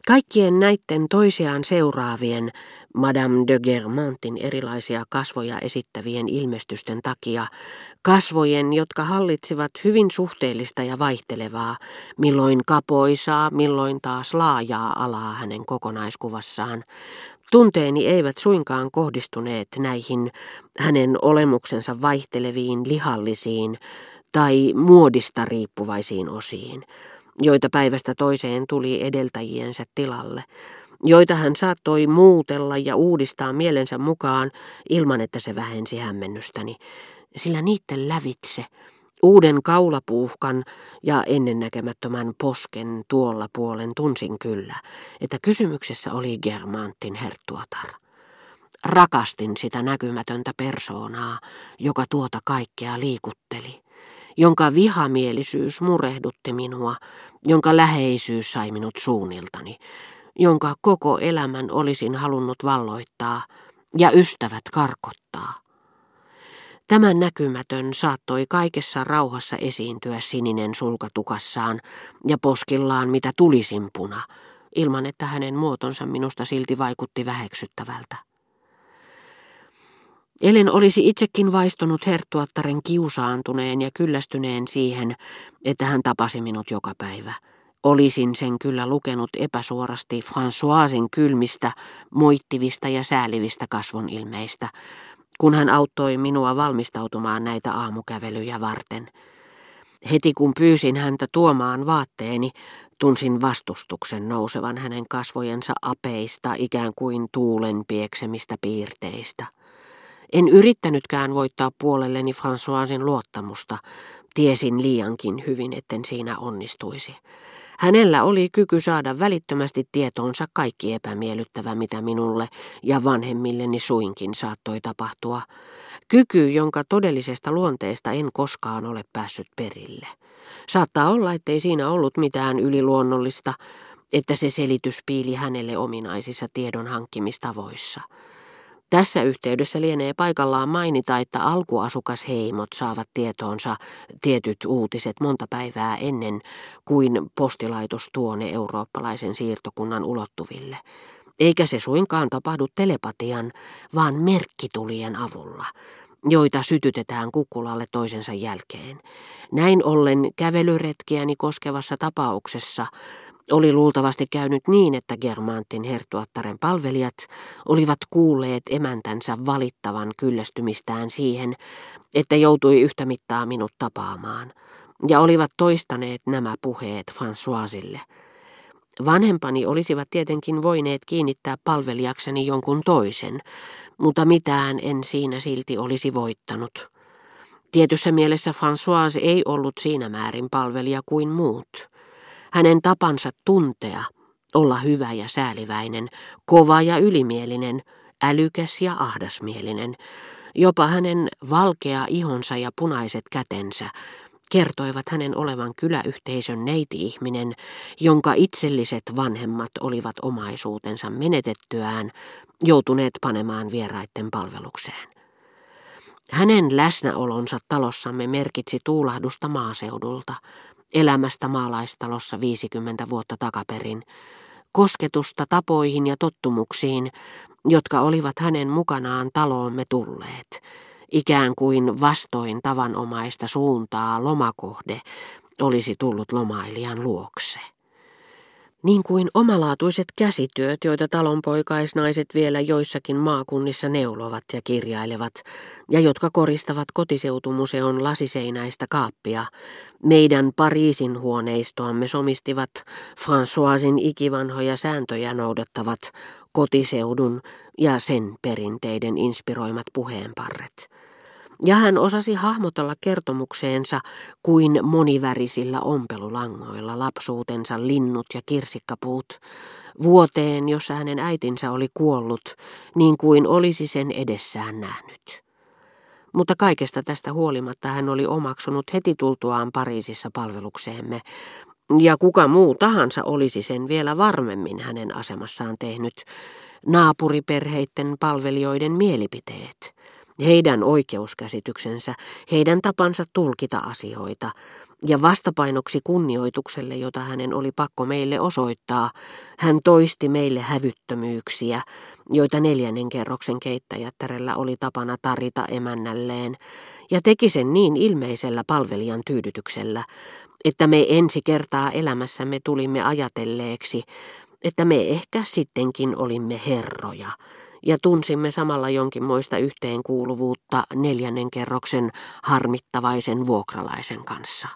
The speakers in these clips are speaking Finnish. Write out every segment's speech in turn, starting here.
Kaikkien näitten toisiaan seuraavien Madame de Guermantin erilaisia kasvoja esittävien ilmestysten takia, kasvojen, jotka hallitsivat hyvin suhteellista ja vaihtelevaa, milloin kapoisaa, milloin taas laajaa alaa hänen kokonaiskuvassaan, tunteeni eivät suinkaan kohdistuneet näihin hänen olemuksensa vaihteleviin lihallisiin tai muodista riippuvaisiin osiin, joita päivästä toiseen tuli edeltäjiensä tilalle, joita hän saattoi muutella ja uudistaa mielensä mukaan ilman, että se vähensi hämmennystäni, sillä niitten lävitse, uuden kaulapuuhkan ja ennennäkemättömän posken tuolla puolen tunsin kyllä, että kysymyksessä oli Guermantin herttuatar. Rakastin sitä näkymätöntä persoonaa, joka tuota kaikkea liikutteli, jonka vihamielisyys murehdutti minua, jonka läheisyys sai minut suunniltani, jonka koko elämän olisin halunnut valloittaa ja ystävät karkottaa. Tämän näkymätön saattoi kaikessa rauhassa esiintyä sininen sulkatukassaan ja poskillaan mitä tulisin puna, ilman että hänen muotonsa minusta silti vaikutti väheksyttävältä. Ellen olisi itsekin vaistonut herttuattaren kiusaantuneen ja kyllästyneen siihen, että hän tapasi minut joka päivä. Olisin sen kyllä lukenut epäsuorasti Françoisin kylmistä, moittivista ja säälivistä kasvonilmeistä, kun hän auttoi minua valmistautumaan näitä aamukävelyjä varten. Heti kun pyysin häntä tuomaan vaatteeni, tunsin vastustuksen nousevan hänen kasvojensa apeista ikään kuin tuulen pieksemistä piirteistä. En yrittänytkään voittaa puolelleni Françoisin luottamusta, tiesin liiankin hyvin, etten siinä onnistuisi. Hänellä oli kyky saada välittömästi tietoonsa kaikki epämiellyttävä, mitä minulle ja vanhemmilleni suinkin saattoi tapahtua. Kyky, jonka todellisesta luonteesta en koskaan ole päässyt perille. Saattaa olla, ettei siinä ollut mitään yliluonnollista, että se selitys piili hänelle ominaisissa tiedon hankkimistavoissa. Tässä yhteydessä lienee paikallaan mainita, että alkuasukasheimot saavat tietoonsa tietyt uutiset monta päivää ennen kuin postilaitos tuo ne eurooppalaisen siirtokunnan ulottuville. Eikä se suinkaan tapahdu telepatian, vaan merkkitulien avulla, joita sytytetään kukkulalle toisensa jälkeen. Näin ollen kävelyretkiäni koskevassa tapauksessa oli luultavasti käynyt niin, että Guermantin herttuattaren palvelijat olivat kuulleet emäntänsä valittavan kyllästymistään siihen, että joutui yhtä mittaa minut tapaamaan, ja olivat toistaneet nämä puheet Françoisille. Vanhempani olisivat tietenkin voineet kiinnittää palvelijakseni jonkun toisen, mutta mitään en siinä silti olisi voittanut. Tietyssä mielessä François ei ollut siinä määrin palvelija kuin muut. Hänen tapansa tuntea, olla hyvä ja sääliväinen, kova ja ylimielinen, älykäs ja ahdasmielinen, jopa hänen valkea ihonsa ja punaiset kätensä kertoivat hänen olevan kyläyhteisön neiti-ihminen, jonka itselliset vanhemmat olivat omaisuutensa menetettyään joutuneet panemaan vieraitten palvelukseen. Hänen läsnäolonsa talossamme merkitsi tuulahdusta maaseudulta, elämästä maalaistalossa 50 vuotta takaperin, kosketusta tapoihin ja tottumuksiin, jotka olivat hänen mukanaan taloomme tulleet, ikään kuin vastoin tavanomaista suuntaa lomakohde olisi tullut lomailijan luokse. Niin kuin omalaatuiset käsityöt, joita talonpoikaisnaiset vielä joissakin maakunnissa neulovat ja kirjailevat, ja jotka koristavat kotiseutumuseon lasiseinäistä kaappia, meidän Pariisin huoneistoamme somistivat Françoisin ikivanhoja sääntöjä noudattavat kotiseudun ja sen perinteiden inspiroimat puheenparret. Ja hän osasi hahmotella kertomukseensa kuin monivärisillä ompelulangoilla lapsuutensa linnut ja kirsikkapuut, vuoteen, jossa hänen äitinsä oli kuollut, niin kuin olisi sen edessään nähnyt. Mutta kaikesta tästä huolimatta hän oli omaksunut heti tultuaan Pariisissa palvelukseemme, ja kuka muu tahansa olisi sen vielä varmemmin hänen asemassaan tehnyt, naapuriperheitten palvelijoiden mielipiteet, heidän oikeuskäsityksensä, heidän tapansa tulkita asioita, ja vastapainoksi kunnioitukselle, jota hänen oli pakko meille osoittaa, hän toisti meille hävyttömyyksiä, joita 4. kerroksen keittäjättärellä oli tapana tarita emännälleen, ja teki sen niin ilmeisellä palvelijan tyydytyksellä, että me ensi kertaa elämässämme tulimme ajatelleeksi, että me ehkä sittenkin olimme herroja, ja tunsimme samalla jonkinmoista yhteenkuuluvuutta 4. kerroksen harmittavaisen vuokralaisen kanssa.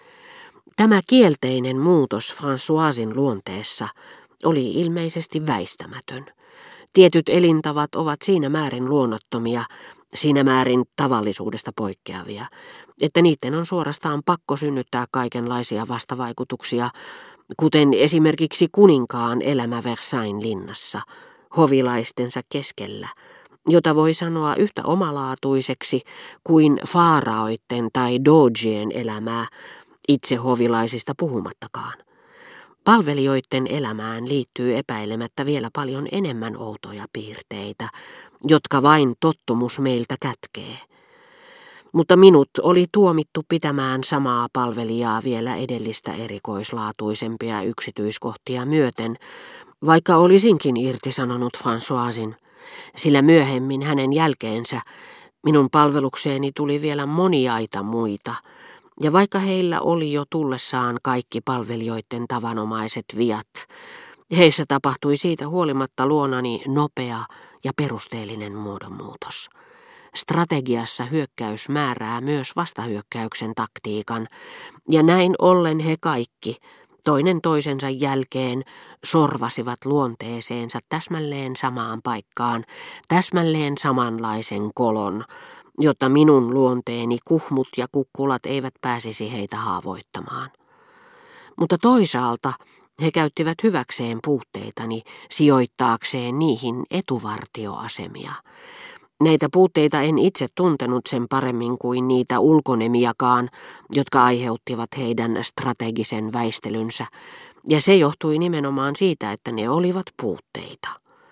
Tämä kielteinen muutos Françoisin luonteessa oli ilmeisesti väistämätön. Tietyt elintavat ovat siinä määrin luonnottomia, siinä määrin tavallisuudesta poikkeavia, että niiden on suorastaan pakko synnyttää kaikenlaisia vastavaikutuksia, kuten esimerkiksi kuninkaan elämä Versailles linnassa, hovilaistensa keskellä, jota voi sanoa yhtä omalaatuiseksi kuin faaraoitten tai dogien elämää, itse hovilaisista puhumattakaan. Palvelijoiden elämään liittyy epäilemättä vielä paljon enemmän outoja piirteitä, jotka vain tottumus meiltä kätkee. Mutta minut oli tuomittu pitämään samaa palvelijaa vielä edellistä erikoislaatuisempia yksityiskohtia myöten, vaikka olisinkin irtisanonut Françoisin, sillä myöhemmin hänen jälkeensä minun palvelukseeni tuli vielä moniaita muita, ja vaikka heillä oli jo tullessaan kaikki palvelijoiden tavanomaiset viat, heissä tapahtui siitä huolimatta luonani nopea ja perusteellinen muodonmuutos. Strategiassa hyökkäys määrää myös vastahyökkäyksen taktiikan, ja näin ollen he kaikki, toinen toisensa jälkeen, sorvasivat luonteeseensa täsmälleen samaan paikkaan, täsmälleen samanlaisen kolon, jotta minun luonteeni kuhmut ja kukkulat eivät pääsisi heitä haavoittamaan. Mutta toisaalta he käyttivät hyväkseen puutteitani sijoittaakseen niihin etuvartioasemia. Näitä puutteita en itse tuntenut sen paremmin kuin niitä ulkonemiakaan, jotka aiheuttivat heidän strategisen väistelynsä, ja se johtui nimenomaan siitä, että ne olivat puutteita.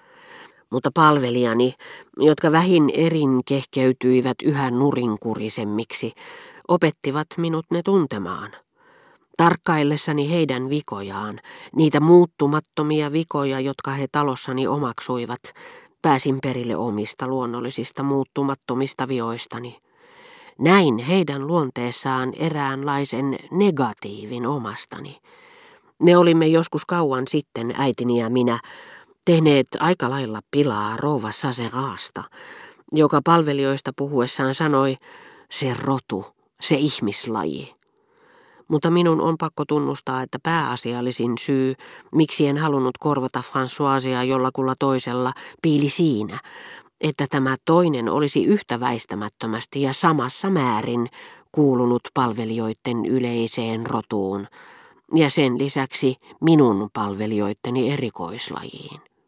Mutta palvelijani, jotka vähin erin kehkeytyivät yhä nurinkurisemmiksi, opettivat minut ne tuntemaan. Tarkkaillessani heidän vikojaan, niitä muuttumattomia vikoja, jotka he talossani omaksuivat, pääsin perille omista luonnollisista muuttumattomista vioistani. Näin heidän luonteessaan eräänlaisen negatiivin omastani. Me olimme joskus kauan sitten, äitini ja minä, tehneet aika lailla pilaa rouva Saseraasta, joka palvelijoista puhuessaan sanoi, se rotu, se ihmislaji. Mutta minun on pakko tunnustaa, että pääasiallisin syy, miksi en halunnut korvata Françoisia jollakulla toisella, piili siinä, että tämä toinen olisi yhtä väistämättömästi ja samassa määrin kuulunut palvelijoiden yleiseen rotuun, ja sen lisäksi minun palvelijoitteni erikoislajiin.